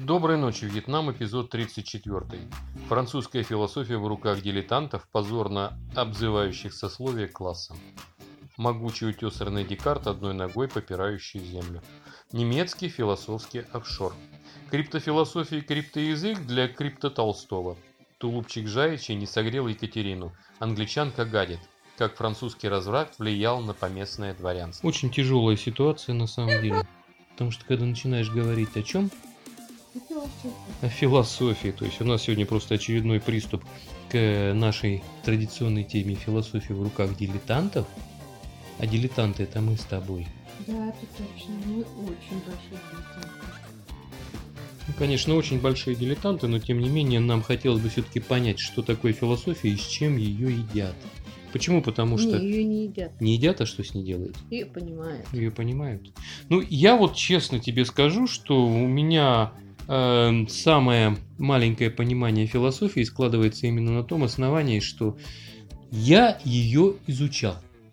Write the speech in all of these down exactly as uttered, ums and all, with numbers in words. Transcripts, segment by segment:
Доброй ночи, Вьетнам, эпизод тридцать четыре. Французская философия в руках дилетантов, позорно обзывающих сословие классом. Могучий утес Рене Декарт, одной ногой попирающий землю. Немецкий философский офшор. Криптофилософия и криптоязык для крипто-Толстого. Тулупчик Жаича не согрел Екатерину. Англичанка гадит. Как французский разврат влиял на поместное дворянство. Очень тяжелая ситуация на самом деле. Потому что когда начинаешь говорить о чем? О философии. То есть у нас сегодня просто очередной приступ к нашей традиционной теме философии в руках дилетантов. А дилетанты это мы с тобой. Да, это точно. Мы очень большие дилетанты. Ну, конечно, очень большие дилетанты, но тем не менее нам хотелось бы все-таки понять, что такое философия и с чем ее едят. Почему? Потому что... Не, ее не едят. Не едят, а что с ней делают? Ее понимают. Ее понимают. Ну, я вот честно тебе скажу, что у меня э, самое маленькое понимание философии складывается именно на том основании, что я ее изучал.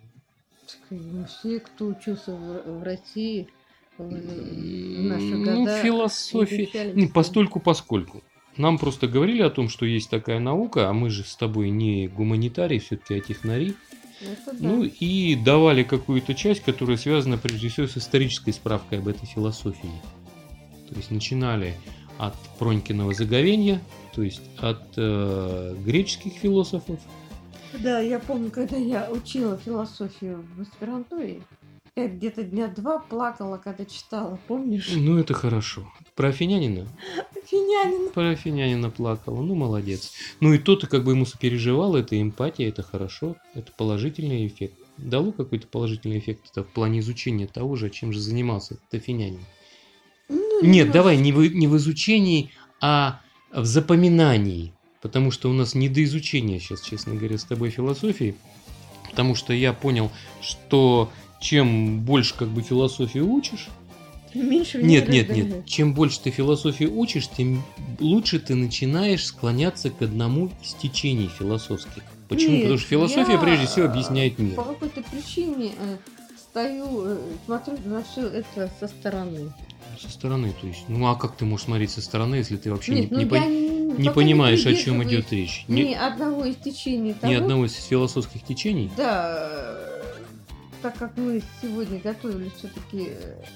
Все, кто учился в, в России в, в наши года... Ну, философия... Не, постольку поскольку. Нам просто говорили о том, что есть такая наука, а мы же с тобой не гуманитарии, все-таки а технари. Это да. Ну и давали какую-то часть, которая связана прежде всего с исторической справкой об этой философии. То есть начинали от Пронькиного заговенья, то есть от э, греческих философов. Да, я помню, когда я учила философию в аспирантуре, я где-то дня два плакала, когда читала, помнишь? Ну это хорошо. Про Афинянина? Афинянина. Про Афинянина плакала, ну молодец. Ну и то ты как бы ему сопереживал, это эмпатия, это хорошо, это положительный эффект. Дало какой-то положительный эффект это в плане изучения того же, чем же занимался этот Афинянин? Ну, Нет, давай не в, не в изучении, а в запоминании. Потому что у нас не до изучения сейчас, честно говоря, с тобой философии. Потому что я понял, что чем больше как бы философии учишь... Меньше нет, нет, нет. Чем больше ты философии учишь, тем лучше ты начинаешь склоняться к одному из течений философских. Почему? Нет, Потому что философия я прежде всего объясняет мир. По какой-то причине э, стою, э, смотрю на все это со стороны. Со стороны, то есть. Ну а как ты можешь смотреть со стороны, если ты вообще Нет, не, ну, не, пон... не, не понимаешь, о чем идет речь? Ни Ни, одного из течений того. ни одного из философских течений? Да, так как мы сегодня готовились все-таки.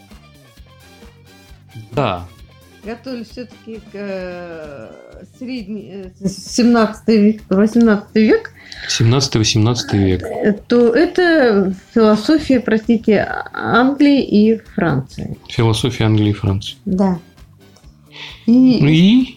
Да. Готовились все-таки к э, средний э, семнадцатый век, восемнадцатый век. семнадцатый-восемнадцатый век. То это философия, простите, Англии и Франции. Философия Англии и Франции. Да. И... Ну и?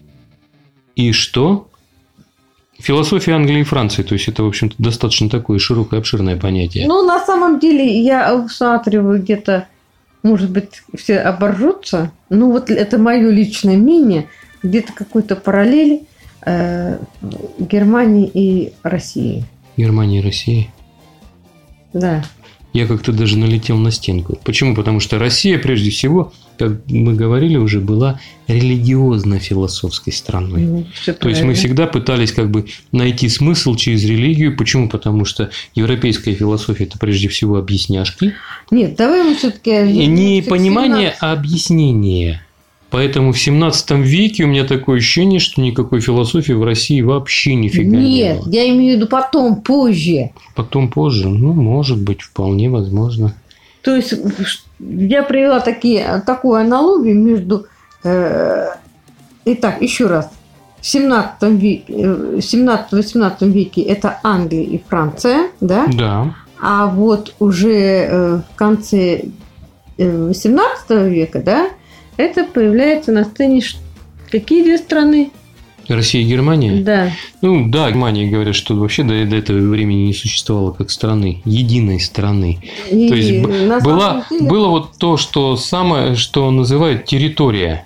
И что? Философия Англии и Франции, то есть это, в общем-то, достаточно такое широкое, обширное понятие. Ну, на самом деле, я усматриваю где-то, может быть, все оборжутся. Ну, вот это мое личное мнение. Где-то какой-то параллель э, Германии и России. Германии и России? Да. Я как-то даже налетел на стенку. Почему? Потому что Россия, прежде всего, как мы говорили уже, была религиозно-философской страной. Ну, То правильно. Есть мы всегда пытались как бы найти смысл через религию. Почему? Потому что европейская философия – это прежде всего объясняшки. Нет, давай мы все-таки... И не понимание, а объяснение. Поэтому в семнадцатом веке у меня такое ощущение, что никакой философии в России вообще нифига Нет, не было. Нет, я имею в виду потом, позже. Потом позже? Ну, может быть, вполне возможно. То есть я привела такие, такую аналогию между... Э, итак, еще раз. В семнадцатом веке, семнадцатом-восемнадцатом веке это Англия и Франция, да? Да. А вот уже э, в конце восемнадцатого века, да, это появляется на сцене какие две страны? Россия и Германия? Да. Ну да, Германия говорят, что вообще до, до этого времени не существовало как страны, единой страны. И то есть была, деле... было вот то, что самое, что называют территория.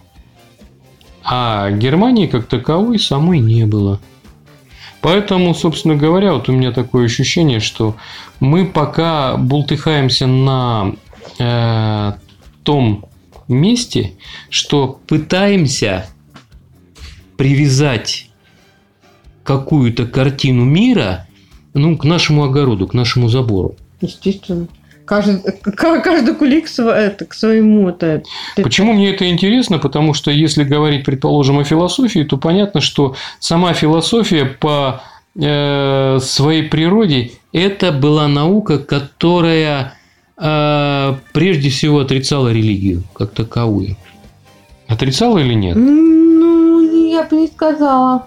А Германии как таковой самой не было. Поэтому, собственно говоря, вот у меня такое ощущение, что мы пока бултыхаемся на э, том месте, что пытаемся привязать какую-то картину мира, ну, к нашему огороду, к нашему забору. Естественно. Каждый, каждый кулик это, к своему. Это, Почему мне это интересно? Потому что если говорить, предположим, о философии, то понятно, что сама философия по э, своей природе это была наука, которая э, прежде всего отрицала религию как таковую. Отрицала или нет? Ну, я бы не сказала.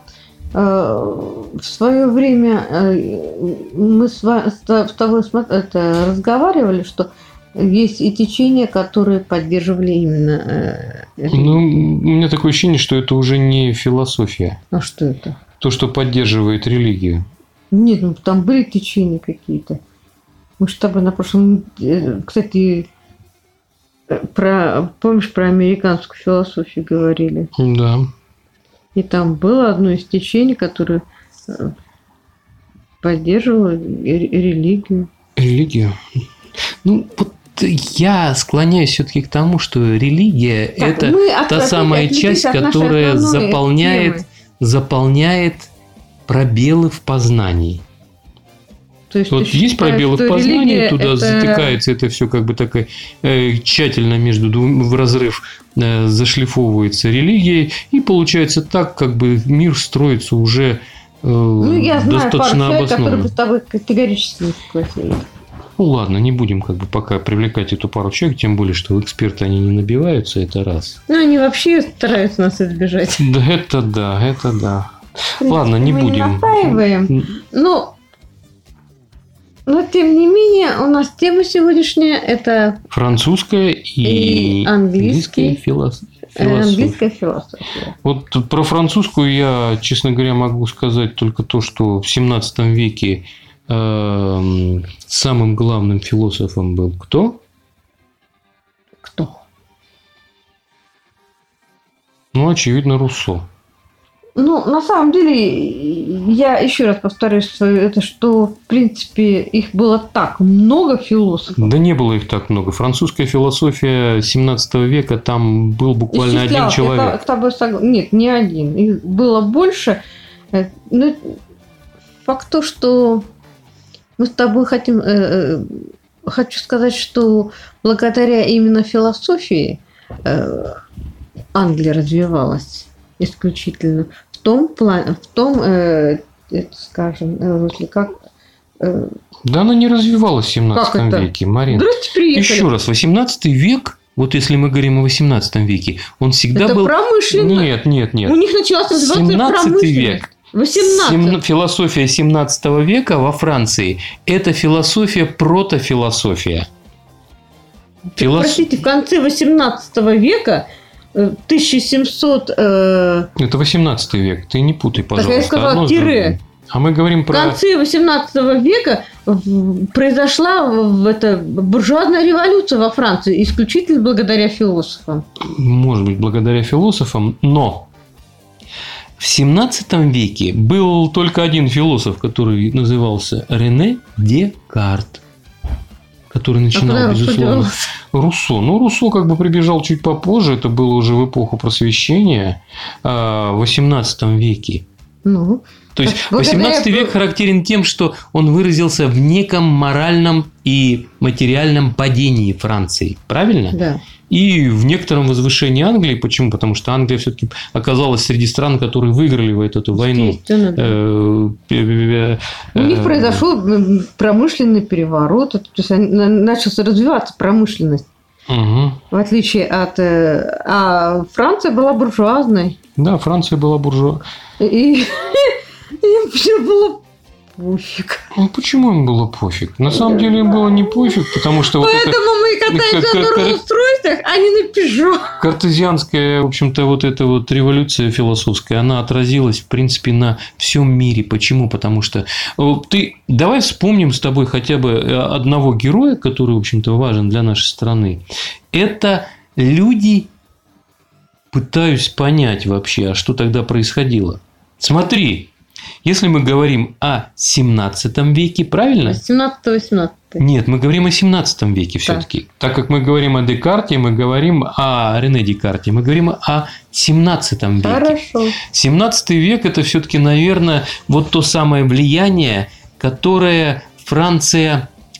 В свое время мы с тобой это, разговаривали, что есть и течения, которые поддерживали именно... Ну, у меня такое ощущение, что это уже не философия. А что это? То, что поддерживает религию. Нет, ну там были течения какие-то. Мы с тобой на прошлом... Кстати, про, помнишь, про американскую философию говорили? Да. И там было одно из течений, которое поддерживало религию. Религию? Ну, вот я склоняюсь все-таки к тому, что религия – это та самая часть, которая заполняет, заполняет пробелы в познании. То есть, вот есть пробелы в познании, туда это... затыкается это все как бы такая э, тщательно между двум, в разрыв э, зашлифовывается религией, и получается так, как бы мир строится уже э, ну, я достаточно знаю пару обоснованно. Человек, которые бы с тобой категорически не согласились. Ну ладно, не будем как бы пока привлекать эту пару человек, тем более, что эксперты они не набиваются, это раз. Ну, они вообще стараются нас избежать. Да, это да, это да. Ладно, не мы будем. Не настаиваем. Ну, но, тем не менее, у нас тема сегодняшняя – это… Французская и, и английская философия. Английская философия. Вот про французскую я, честно говоря, могу сказать только то, что в семнадцатом веке э, самым главным философом был кто? Кто? Ну, очевидно, Руссо. Ну, на самом деле, я еще раз повторюсь, это что, в принципе, их было так много философов. Да не было их так много. Французская философия семнадцатого века, там был буквально один человек. Я с тобой согласна. Нет, не один. Их было больше. Но факт то, что мы с тобой хотим... Хочу сказать, что благодаря именно философии Англия развивалась исключительно. В том плане, в том, э, это, скажем, русле, как... Э, да она не развивалась в семнадцатом веке, Марина. Здрасте, приехали. Еще раз, восемнадцатый век, вот если мы говорим о восемнадцатом веке, он всегда это был... промышленно. Нет, нет, нет. У них началась развиваться семнадцатый век. восемнадцатый. Философия семнадцатого века во Франции – это философия протофилософия. Филос... Простите, в конце восемнадцатого века... тысяча семьсот... Э... Это восемнадцатый век, ты не путай, пожалуйста. Так я сказала тире. А мы говорим про... В конце восемнадцатого века произошла это, буржуазная революция во Франции исключительно благодаря философам. Может быть, благодаря философам, но в семнадцатом веке был только один философ, который назывался Рене Декарт, который начинал, а безусловно, Руссо. Ну, Руссо как бы прибежал чуть попозже, это было уже в эпоху Просвещения, в восемнадцатом веке. Ну, то есть восемнадцатый век характерен тем, что он выразился в неком моральном и материальном падении Франции, правильно? Да. И в некотором возвышении Англии. Почему? Потому что Англия все-таки оказалась среди стран, которые выиграли эту войну. Да. У них произошел промышленный переворот, то есть начался развиваться промышленность. Угу. В отличие от... А Франция была буржуазной. Да, Франция была буржуазной. И им все было пофиг. Ну, почему им было пофиг? На самом деле им было не пофиг, потому что... Поэтому вот мы катаемся на Роллс-Ройсах, а не на Пежо. Картезианская, в общем-то, вот эта вот революция философская, она отразилась, в принципе, на всем мире. Почему? Потому что... ты Давай вспомним с тобой хотя бы одного героя, который, в общем-то, важен для нашей страны. Это люди... Пытаюсь понять вообще, а что тогда происходило. Смотри, если мы говорим о семнадцатом веке, правильно? семнадцатый-восемнадцатый. Нет, мы говорим о семнадцатом веке все-таки. Так как мы говорим о Декарте, мы говорим о Рене Декарте, мы говорим о семнадцатом веке. Хорошо. семнадцатый век – это все-таки, наверное, вот то самое влияние, которое Франция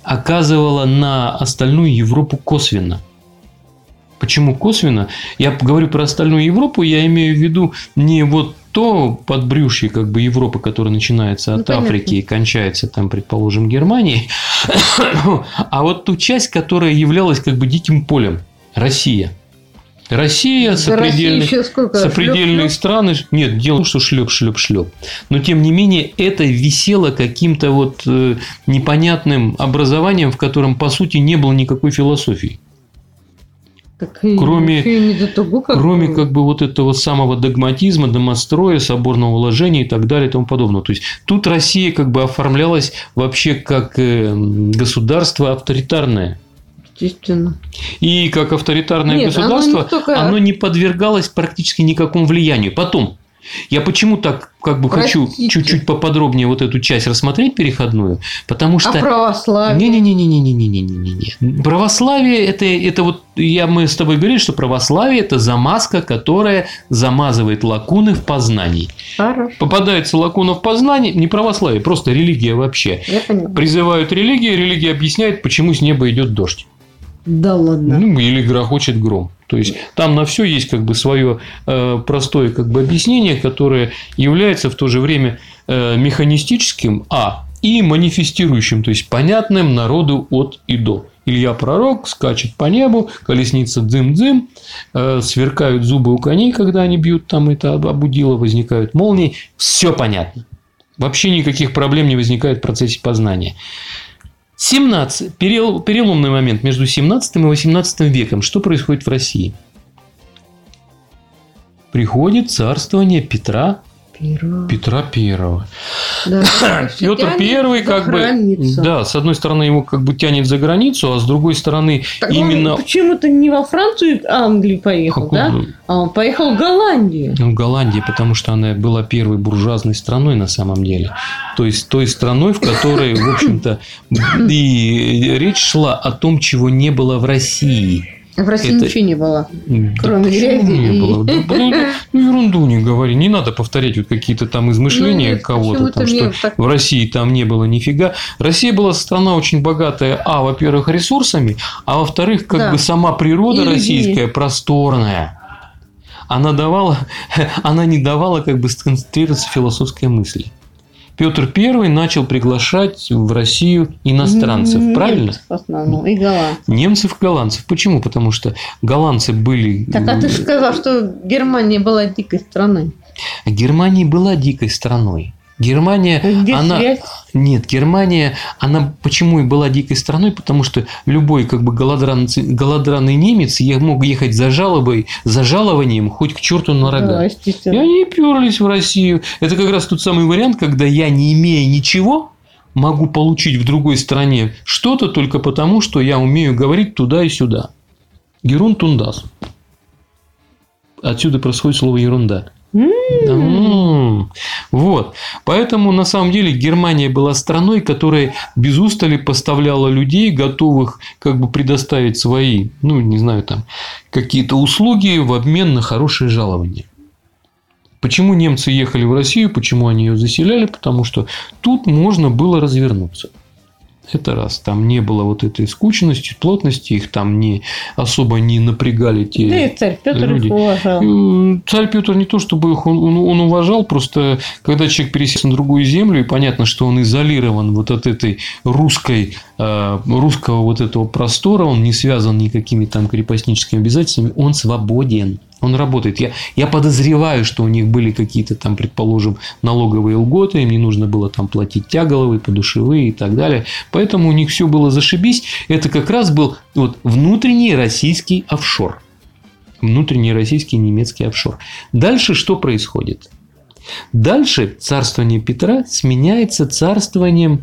оказывала на остальную Европу косвенно. Почему косвенно? Я говорю про остальную Европу, я имею в виду не вот то подбрюшье как бы Европы, которое начинается от ну, Африки и кончается там, предположим, Германией, а вот ту часть, которая являлась как бы диким полем. Россия. Россия, сопредельные, сопредельные страны. Нет, дело в том, что шлеп, шлеп, шлеп. Но тем не менее, это висело каким-то вот э, непонятным образованием, в котором, по сути, не было никакой философии. Так кроме, того, как кроме как бы вот этого самого догматизма, домостроя, соборного уложения и так далее и тому подобное. То есть тут Россия как бы оформлялась вообще как государство авторитарное. Естественно. И как авторитарное Нет, государство, оно не, только... оно не подвергалось практически никакому влиянию. Потом, я почему так как бы Простите. хочу чуть-чуть поподробнее вот эту часть рассмотреть переходную, потому что... А православие? Не-не-не-не-не-не-не-не-не. Православие это, это вот, я, мы с тобой говорили, что православие это замазка, которая замазывает лакуны в познании. Хорошо. Попадается лакуна в познании, не православие, просто религия вообще. Я поняла. Призывают религию, религия объясняет, почему с неба идет дождь. Да ладно. Ну, или грохочет гром. То есть там на все есть как бы свое э, простое как бы объяснение, которое является в то же время э, механистическим, а и манифестирующим, то есть понятным народу от и до. Илья Пророк скачет по небу, колесница дзым-дзым, э, сверкают зубы у коней, когда они бьют там это обудило, возникают молнии. Все понятно. Вообще никаких проблем не возникает в процессе познания. семнадцатый, переломный момент между семнадцатым и восемнадцатым веком. Что происходит в России? Приходит царствование Петра Первого. Петра Первого. Да, Петр Первый как бы, да, с одной стороны его как бы тянет за границу, а с другой стороны так именно. Он почему-то не во Францию, Англию поехал, Какой? да? А он поехал в Голландию. В Голландии, потому что она была первой буржуазной страной на самом деле. То есть той страной, в которой, в общем-то, и речь шла о том, чего не было в России. В России это... ничего не было, да кроме грязи. Не было? Да, да, ну, ерунду не говори. Не надо повторять вот какие-то там измышления ну, нет, кого-то, там, что так... в России там не было нифига. Россия была страна очень богатая, а, во-первых, ресурсами, а во-вторых, как да. бы сама природа и российская людей. Просторная. Она, давала, она не давала как бы сконцентрироваться в философской мысли. Петр Первый начал приглашать в Россию иностранцев, немцев, правильно? В основном, и голландцев. Немцев, голландцев. Почему? Потому что голландцы были... Так, а ты же сказал, что Германия была дикой страной. Германия была дикой страной. Германия, Где она... связь? Нет, Германия, она почему и была дикой страной? Потому что любой как бы голодран... голодранный немец мог ехать за жалобой, за жалованием хоть к черту на рога. Да, и они перлись в Россию. Это как раз тот самый вариант, когда я, не имея ничего, могу получить в другой стране что-то только потому, что я умею говорить туда и сюда. Герун тундас. Отсюда происходит слово ерунда. Mm. Вот. Поэтому, на самом деле, Германия была страной, которая без устали поставляла людей, готовых как бы предоставить свои, ну, не знаю, там, какие-то услуги в обмен на хорошее жалование. Почему немцы ехали в Россию, почему они ее заселяли? Потому что тут можно было развернуться. Это раз. Там не было вот этой скучности, плотности, их там не особо не напрягали те да и царь Петр люди. Их уважал. Царь Петр не то, чтобы их он, он уважал, просто когда человек пересел на другую землю, и понятно, что он изолирован вот от этой русской, русского вот этого простора, он не связан никакими там крепостническими обязательствами, он свободен. Он работает. Я, я подозреваю, что у них были какие-то там, предположим, налоговые льготы, им не нужно было там платить тягловые, подушевые и так далее. Поэтому у них все было зашибись. Это как раз был вот, внутренний российский офшор. Внутренний российский немецкий офшор. Дальше что происходит? Дальше царствование Петра сменяется царствованием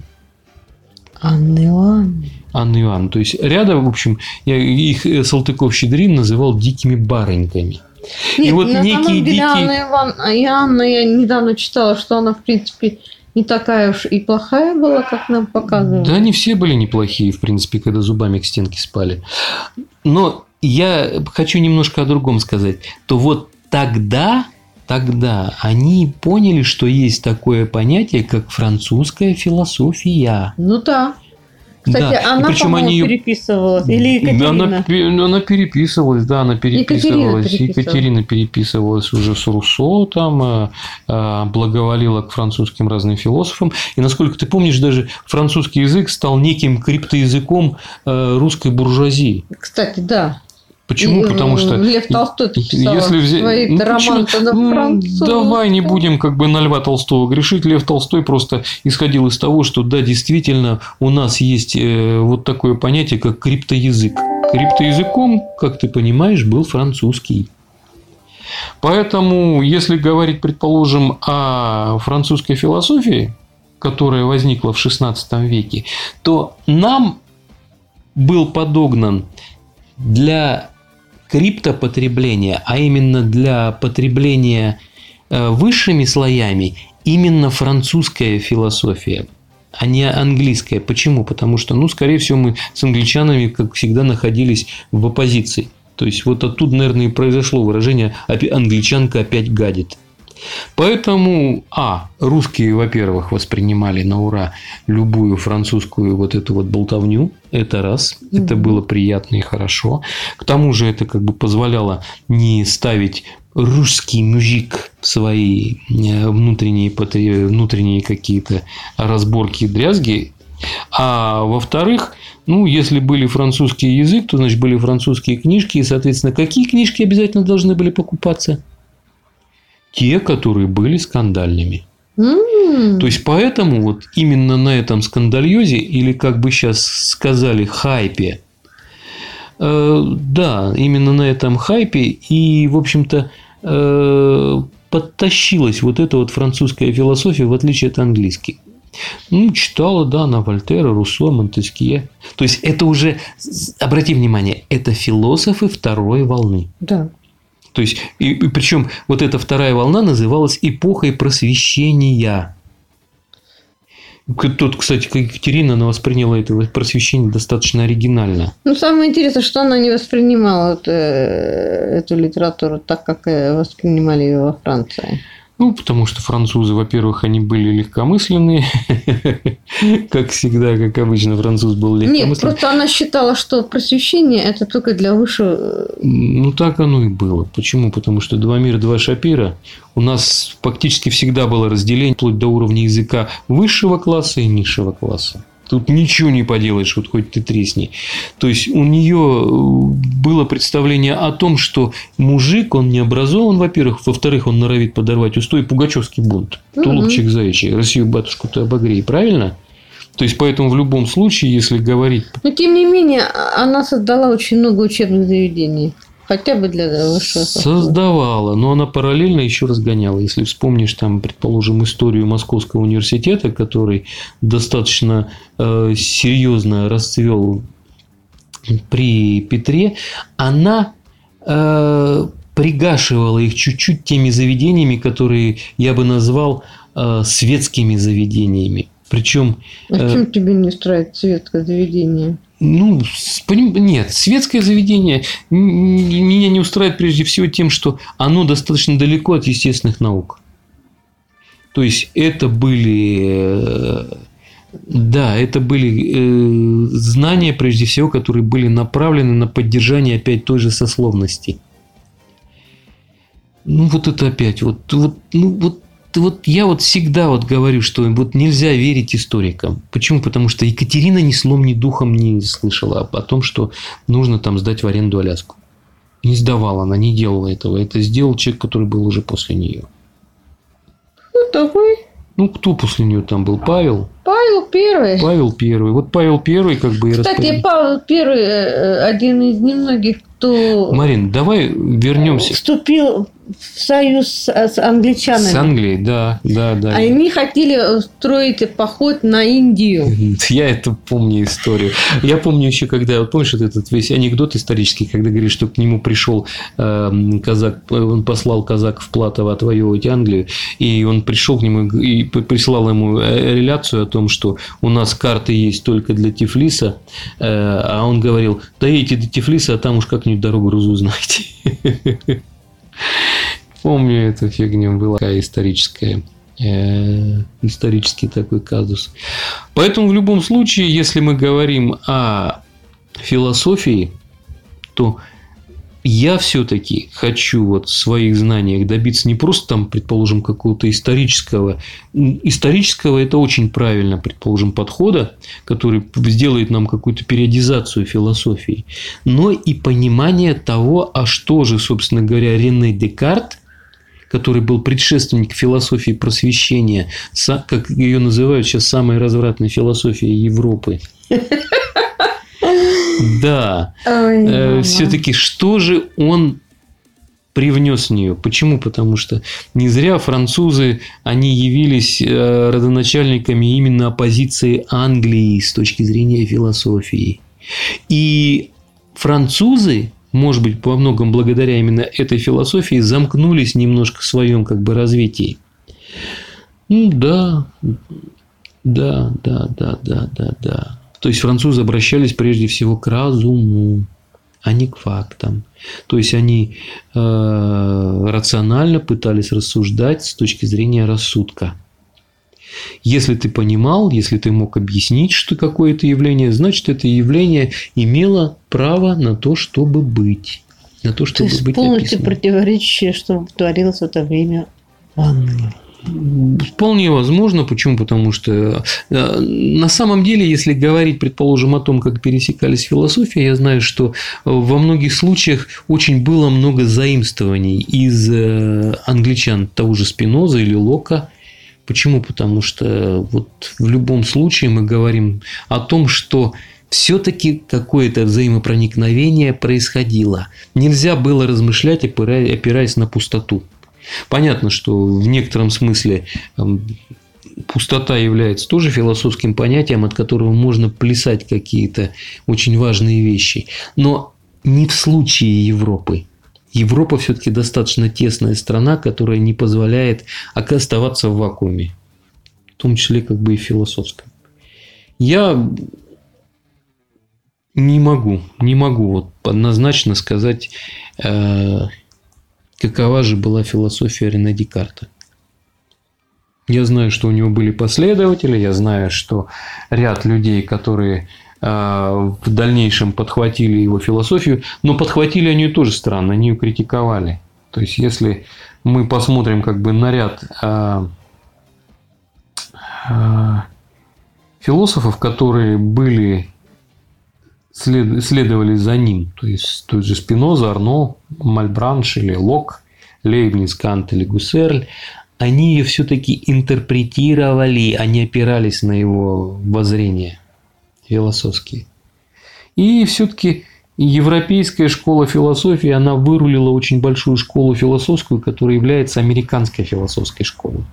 Анны Иоанны. Анны Иоанны. То есть, рядом, в общем, я их Салтыков-Щедрин называл дикими барыньками. Нет, и вот на некие самом деле дикие... Анна Ивановна, и Анна, я недавно читала, что она, в принципе, не такая уж и плохая была, как нам показывают. Да, не все были неплохие, в принципе, когда зубами к стенке спали. Но я хочу немножко о другом сказать. То вот тогда... Тогда они поняли, что есть такое понятие, как французская философия. Ну да. Кстати, да. она, причем по-моему, они ее... переписывалась. Или Екатерина? Она, она переписывалась, да, она переписывалась. Екатерина, Екатерина переписывалась уже с Руссо, там благоволила к французским разным философам. И, насколько ты помнишь, даже французский язык стал неким криптоязыком русской буржуазии. Кстати, да. Почему? И, Потому что Лев Толстой писал если взять... свои ну, романы на ну, французском. Давай не будем как бы на Льва Толстого грешить. Лев Толстой просто исходил из того, что да, действительно, у нас есть вот такое понятие, как криптоязык. Криптоязыком, как ты понимаешь, был французский. Поэтому, если говорить, предположим, о французской философии, которая возникла в шестнадцатом веке, то нам был подогнан для криптопотребления, а именно для потребления высшими слоями, именно французская философия, а не английская. Почему? Потому что, ну, скорее всего, мы с англичанами, как всегда, находились в оппозиции. То есть, вот оттуда, наверное, и произошло выражение «англичанка опять гадит». Поэтому, а, русские, во-первых, воспринимали на ура любую французскую вот эту вот болтовню. Это раз. Mm-hmm. Это было приятно и хорошо. К тому же, это как бы позволяло не ставить русский мужик в свои внутренние, внутренние какие-то разборки и дрязги. А во-вторых, ну, если были французский язык, то, значит, были французские книжки. И, соответственно, какие книжки обязательно должны были покупаться? Те, которые были скандальными. Mm. То есть, поэтому вот именно на этом скандальозе, или, как бы сейчас сказали, хайпе, э, да, именно на этом хайпе и, в общем-то, э, подтащилась вот эта вот французская философия, в отличие от английской. Ну, читала, да, на Вольтера, Руссо, Монтескье. То есть, это уже, обрати внимание, это философы второй волны. Да. То есть, и, и причем вот эта вторая волна называлась эпохой просвещения. Тут, кстати, Екатерина, она восприняла это просвещение достаточно оригинально. Ну, самое интересное, что она не воспринимала эту, эту литературу так, как воспринимали ее во Франции. Ну, потому что французы, во-первых, они были легкомысленные, как всегда, как обычно, француз был легкомысленный. Нет, просто она считала, что просвещение – это только для высшего… Ну, так оно и было. Почему? Потому что два мира, два шапира. У нас фактически всегда было разделение вплоть до уровня языка высшего класса и низшего класса. Тут ничего не поделаешь, вот хоть ты тресни. То есть, у нее было представление о том, что мужик, он не образован, во-первых. Во-вторых, он норовит подорвать устой. Пугачевский бунт. Угу. Тулупчик заячий. Россию, батюшку, ты обогрей. Правильно? То есть, поэтому в любом случае, если говорить… Но, тем не менее, она создала очень много учебных заведений. Хотя бы для высшего. Создавала, но она параллельно еще разгоняла. Если вспомнишь, там, предположим, историю Московского университета, который достаточно э, серьезно расцвел при Петре, она э, пригашивала их чуть-чуть теми заведениями, которые я бы назвал э, светскими заведениями. Причем… А э, чем тебе не устраивает светское заведение? Ну, нет, светское заведение меня не устраивает прежде всего тем, что оно достаточно далеко от естественных наук. То есть, это были, да, это были знания, прежде всего, которые были направлены на поддержание опять той же сословности. Ну, вот это опять, вот, вот, ну, вот. Вот я вот всегда вот говорю, что вот нельзя верить историкам. Почему? Потому что Екатерина ни словом, ни духом не слышала о том, что нужно там сдать в аренду Аляску. Не сдавала она, не делала этого. Это сделал человек, который был уже после нее. Ну, такой. Ну, кто после нее там был? Павел? Павел Первый. Павел Первый. Вот Павел Первый как бы и Кстати, распорядил. Павел Первый один из немногих, кто… Марин, давай вернемся. Вступил в союз с, с англичанами. С Англией, да, да, да. Они хотели устроить поход на Индию. Я это помню историю. Я помню еще, когда, вот помнишь, вот этот весь анекдот исторический, когда говорит, что к нему пришел э, казак, он послал казаков Платова отвоевывать Англию, и он пришел к нему и прислал ему реляцию о том, что у нас карты есть только для Тифлиса, э, а он говорил: да едете до Тифлиса, а там уж как-нибудь дорогу разузнаете. Помню эту фигню, была такая историческая исторический такой казус. Поэтому в любом случае, если мы говорим о философии, то я все-таки хочу вот в своих знаниях добиться не просто там, предположим, какого-то исторического. Исторического – это очень правильно, предположим, подхода, который сделает нам какую-то периодизацию философии, но и понимание того, а что же, собственно говоря, Рене Декарт, который был предшественник философии просвещения, как ее называют сейчас, самой развратной философией Европы. Да. Ой, все-таки что же он привнес в нее? Почему? Потому что не зря французы, они явились родоначальниками именно оппозиции Англии с точки зрения философии. И французы, может быть, во многом благодаря именно этой философии, замкнулись немножко в своем как бы развитии. Ну да, да, да, да, да, да, да. То есть французы обращались прежде всего к разуму, а не к фактам. То есть они э, рационально пытались рассуждать с точки зрения рассудка. Если ты понимал, если ты мог объяснить, что какое-то явление, значит, это явление имело право на то, чтобы быть. На то, чтобы то есть быть полностью описано. Противоречие, что творилось в это время в Англии. Вполне возможно. Почему? Потому что на самом деле, если говорить, предположим, о том, как пересекались философии, я знаю, что во многих случаях очень было много заимствований из англичан того же Спиноза или Лока. Почему? Потому что вот в любом случае мы говорим о том, что все-таки какое-то взаимопроникновение происходило. Нельзя было размышлять, опираясь на пустоту. Понятно, что в некотором смысле пустота является тоже философским понятием, от которого можно плясать какие-то очень важные вещи. Но не в случае Европы. Европа все-таки достаточно тесная страна, которая не позволяет оставаться в вакууме. В том числе как бы и философском. Я не могу, не могу вот однозначно сказать, какова же была философия Рене Декарта. Я знаю, что у него были последователи, я знаю, что ряд людей, которые в дальнейшем подхватили его философию, но подхватили они ее тоже странно, они ее критиковали. То есть, если мы посмотрим как бы на ряд а, а, философов, которые были, след, следовали за ним, то есть тот же Спиноза, Арно, Мальбранш или Лок, Лейбниц, Кант или Гуссерль, они ее все-таки интерпретировали, они опирались на его воззрение философские. И все-таки европейская школа философии, она вырулила очень большую школу философскую, которая является американской философской школой.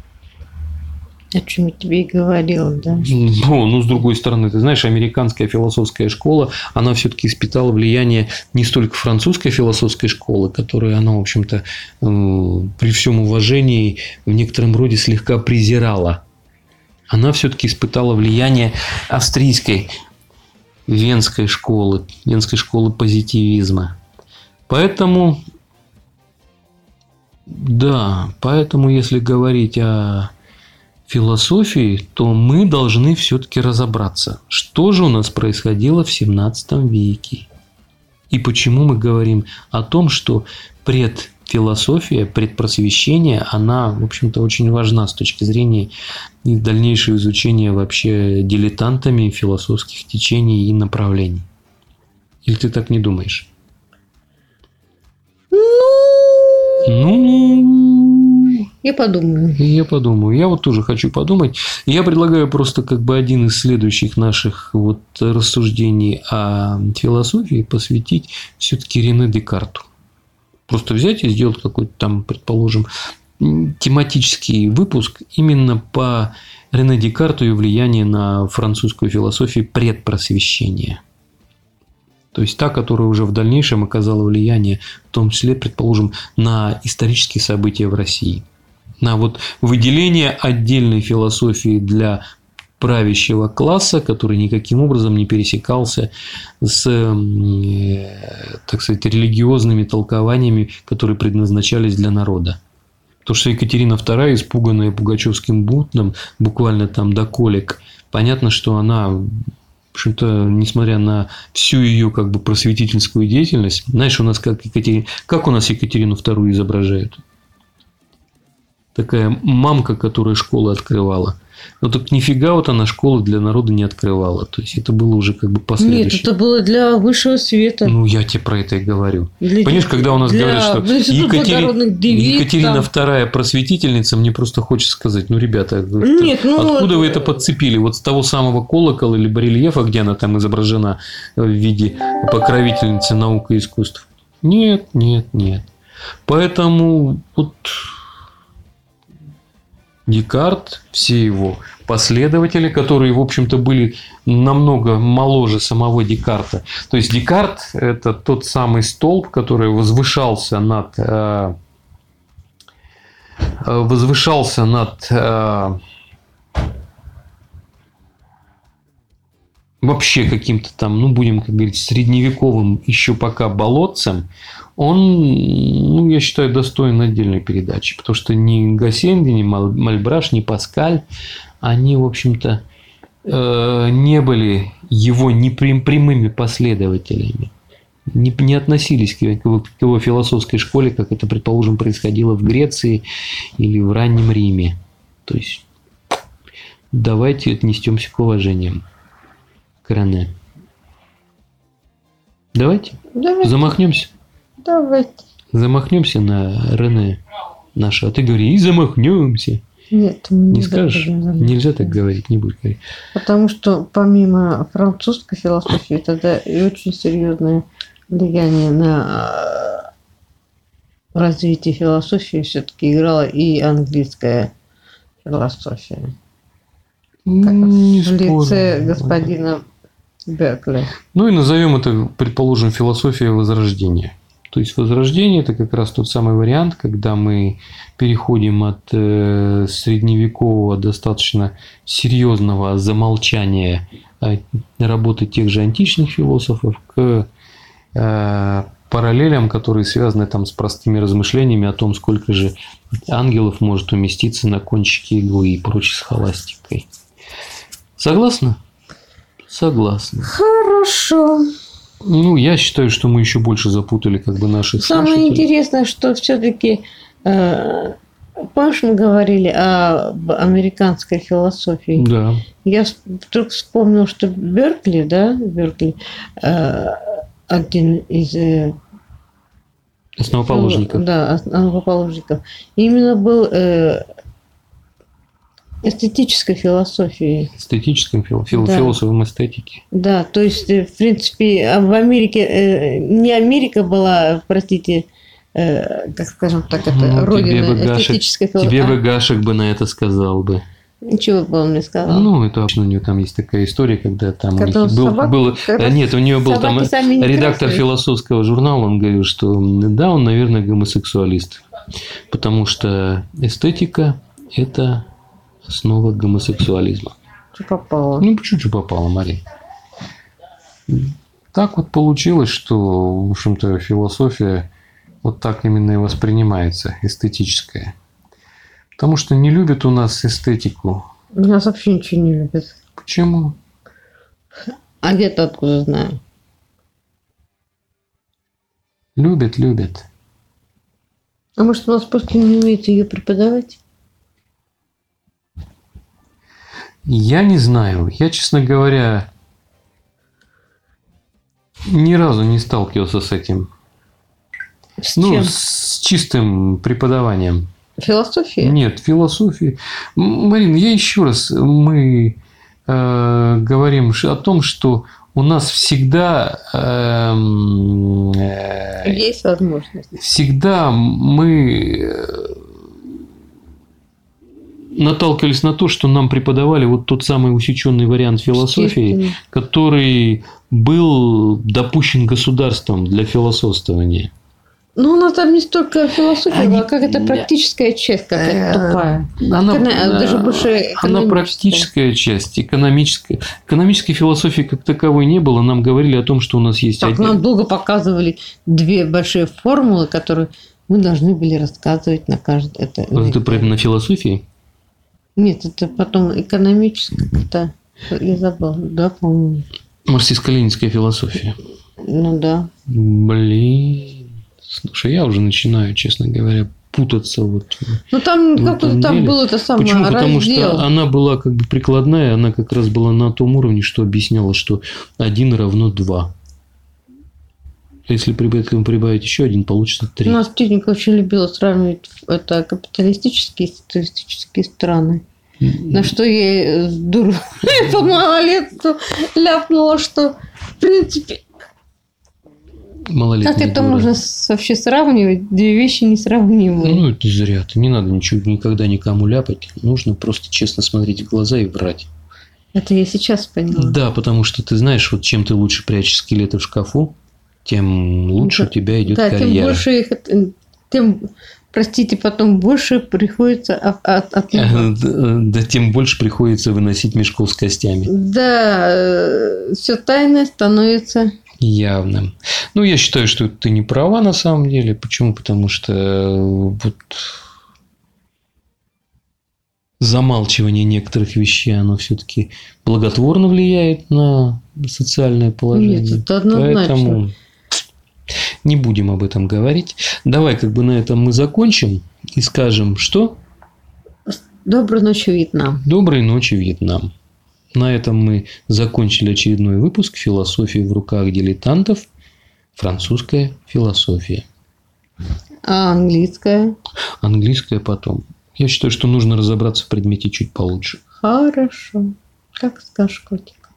О чем я тебе и говорила, да? Ну, ну, с другой стороны, ты знаешь, американская философская школа, она все-таки испытала влияние не столько французской философской школы, которую она, в общем-то, при всем уважении в некотором роде слегка презирала. Она все-таки испытала влияние австрийской венской школы, венской школы позитивизма. Поэтому, да, поэтому, если говорить о философии, то мы должны все-таки разобраться, что же у нас происходило в семнадцатом веке. И почему мы говорим о том, что предфилософия, предпросвещение, она, в общем-то, очень важна с точки зрения дальнейшего изучения вообще дилетантами философских течений и направлений. Или ты так не думаешь? Ну, я подумаю. Я подумаю. Я вот тоже хочу подумать. Я предлагаю просто как бы один из следующих наших вот рассуждений о философии посвятить все-таки Рене Декарту. Просто взять и сделать какой-то там, предположим, тематический выпуск именно по Рене Декарту и влияние на французскую философию предпросвещения. То есть та, которая уже в дальнейшем оказала влияние, в том числе, предположим, на исторические события в России. На вот выделение отдельной философии для правящего класса, который никаким образом не пересекался с, так сказать, религиозными толкованиями, которые предназначались для народа. То, что Екатерина вторая, испуганная Пугачевским бунтом, буквально там до колик, понятно, что она, в общем-то, несмотря на всю ее как бы просветительскую деятельность, знаешь, у нас как Екатерина, как у нас Екатерину вторую изображают? Такая мамка, которая школу открывала. Но так нифига вот она школы для народа не открывала. То есть это было уже как бы последующее. Нет, это было для высшего света. Ну, я тебе про это и говорю. Для, Понимаешь, когда у нас для, говорят, что Екатери... девиц, Екатерина там. вторая просветительница, мне просто хочется сказать, ну, ребята, Нет, ну, откуда вот... вы это подцепили? Вот с того самого колокола или барельефа, где она там изображена в виде покровительницы наук и искусств? Нет, нет, нет. Поэтому вот... Декарт, все его последователи, которые, в общем-то, были намного моложе самого Декарта. То есть Декарт – это тот самый столб, который возвышался над, возвышался над вообще каким-то там, ну, будем, как говорить, средневековым еще пока болотцем. Он, ну, я считаю, достоин отдельной передачи, потому что ни Гассенди, ни Мальбраш, ни Паскаль, они, в общем-то, не были его непрямыми последователями, не, не относились к его, к его философской школе, как это, предположим, происходило в Греции или в раннем Риме. То есть, давайте отнесемся к уважениям к Рене. Давайте, Давайте. замахнемся. Давайте. Замахнемся на Рене нашего. А ты говори, и замахнемся. Нет, не скажешь? Нельзя так говорить, не будешь говорить. Потому что помимо французской философии, тогда и очень серьезное влияние на развитие философии все-таки играла и английская философия. Как не в лице господина Беркли. Ну и назовем это, предположим, философия Возрождения. То есть Возрождение – это как раз тот самый вариант, когда мы переходим от э, средневекового достаточно серьезного замолчания э, работы тех же античных философов к э, параллелям, которые связаны там с простыми размышлениями о том, сколько же ангелов может уместиться на кончике иглы и прочей схоластикой. Согласна? Согласна. Хорошо. Ну, я считаю, что мы еще больше запутали как бы наших Самое слушателей. интересное, что все-таки, э, помнишь, мы говорили об американской философии? Да. Я вдруг вспомнил, что Беркли, да, Беркли, э, один из э, основоположников. Да, основоположников. Именно был э, эстетической философией. Эстетическим фил... да. философом эстетики. Да, то есть, в принципе, в Америке, э, не Америка была, простите, э, как скажем так, это ну, родина эстетической философии. Тебе бы Гашек бы на это сказал бы. Ничего бы он мне сказал. Ну, это у нее там есть такая история, когда там когда у них был, собак, был, нет, у нее был там редактор красили. философского журнала, он говорил, что да, он, наверное, гомосексуалист, потому что эстетика – это основа гомосексуализма. Что попало? Ну, чуть-чуть попало, Мария. Так вот получилось, что, в общем-то, философия вот так именно и воспринимается, эстетическая. Потому что не любят у нас эстетику. У нас вообще ничего не любят. Почему? А где-то откуда знаю? Любят, любят. А может, у нас просто не умеете ее преподавать? Я не знаю. Я, честно говоря, ни разу не сталкивался с этим. С ну, чем? С чистым преподаванием. Философия? Нет, философии. Марина, я еще раз, мы э, говорим о том, что у нас всегда э, э, есть возможность. Всегда мы наталкивались на то, что нам преподавали вот тот самый усеченный вариант философии, который был допущен государством для философствования. Ну, у нас там не столько философия, Они... а как это практическая часть, какая-то тупая. Она, Эко... Даже больше она практическая часть, экономическая. Экономической философии как таковой не было. Нам говорили о том, что у нас есть... Так, один... нам долго показывали две большие формулы, которые Мы должны были рассказывать на каждое... Это, Это про на философии? Нет, это потом экономическое. Я забыла, да, по-моему. Марксистско-ленинская философия. Ну да. Блин. Слушай, я уже начинаю, честно говоря, путаться вот. Ну там как-то там было это самое. Почему? Раздел. Потому что она была как бы прикладная, она как раз была на том уровне, что объясняла, что один равно два. Если к этому прибавить еще один, получится три. У нас техника очень любила сравнивать это капиталистические и социалистические страны. На что я дура по малолетству ляпнула, что в принципе как это дура. Можно вообще сравнивать? Две вещи несравнимые. Ну, это зря. Ты не надо ничего никогда никому ляпать. Нужно просто честно смотреть в глаза и врать. Это я сейчас поняла. Да, потому что ты знаешь, вот чем ты лучше прячешь скелеты в шкафу, тем лучше да, у тебя идет да, карьера. Тем больше их, тем, простите, потом больше приходится от, от, от... Да, тем больше приходится выносить мешков с костями. Да, все тайное становится явным. Ну, я считаю, что ты не права на самом деле. Почему? Потому что вот замалчивание некоторых вещей, оно все-таки благотворно влияет на социальное положение. Нет, это однозначно. Поэтому не будем об этом говорить. Давай как бы на этом мы закончим и скажем, что? Доброй ночи, Вьетнам. Доброй ночи, Вьетнам. На этом мы закончили очередной выпуск «Философии в руках дилетантов». Французская философия. А английская? Английская потом. Я считаю, что нужно разобраться в предмете чуть получше. Хорошо. Как скажешь, котик.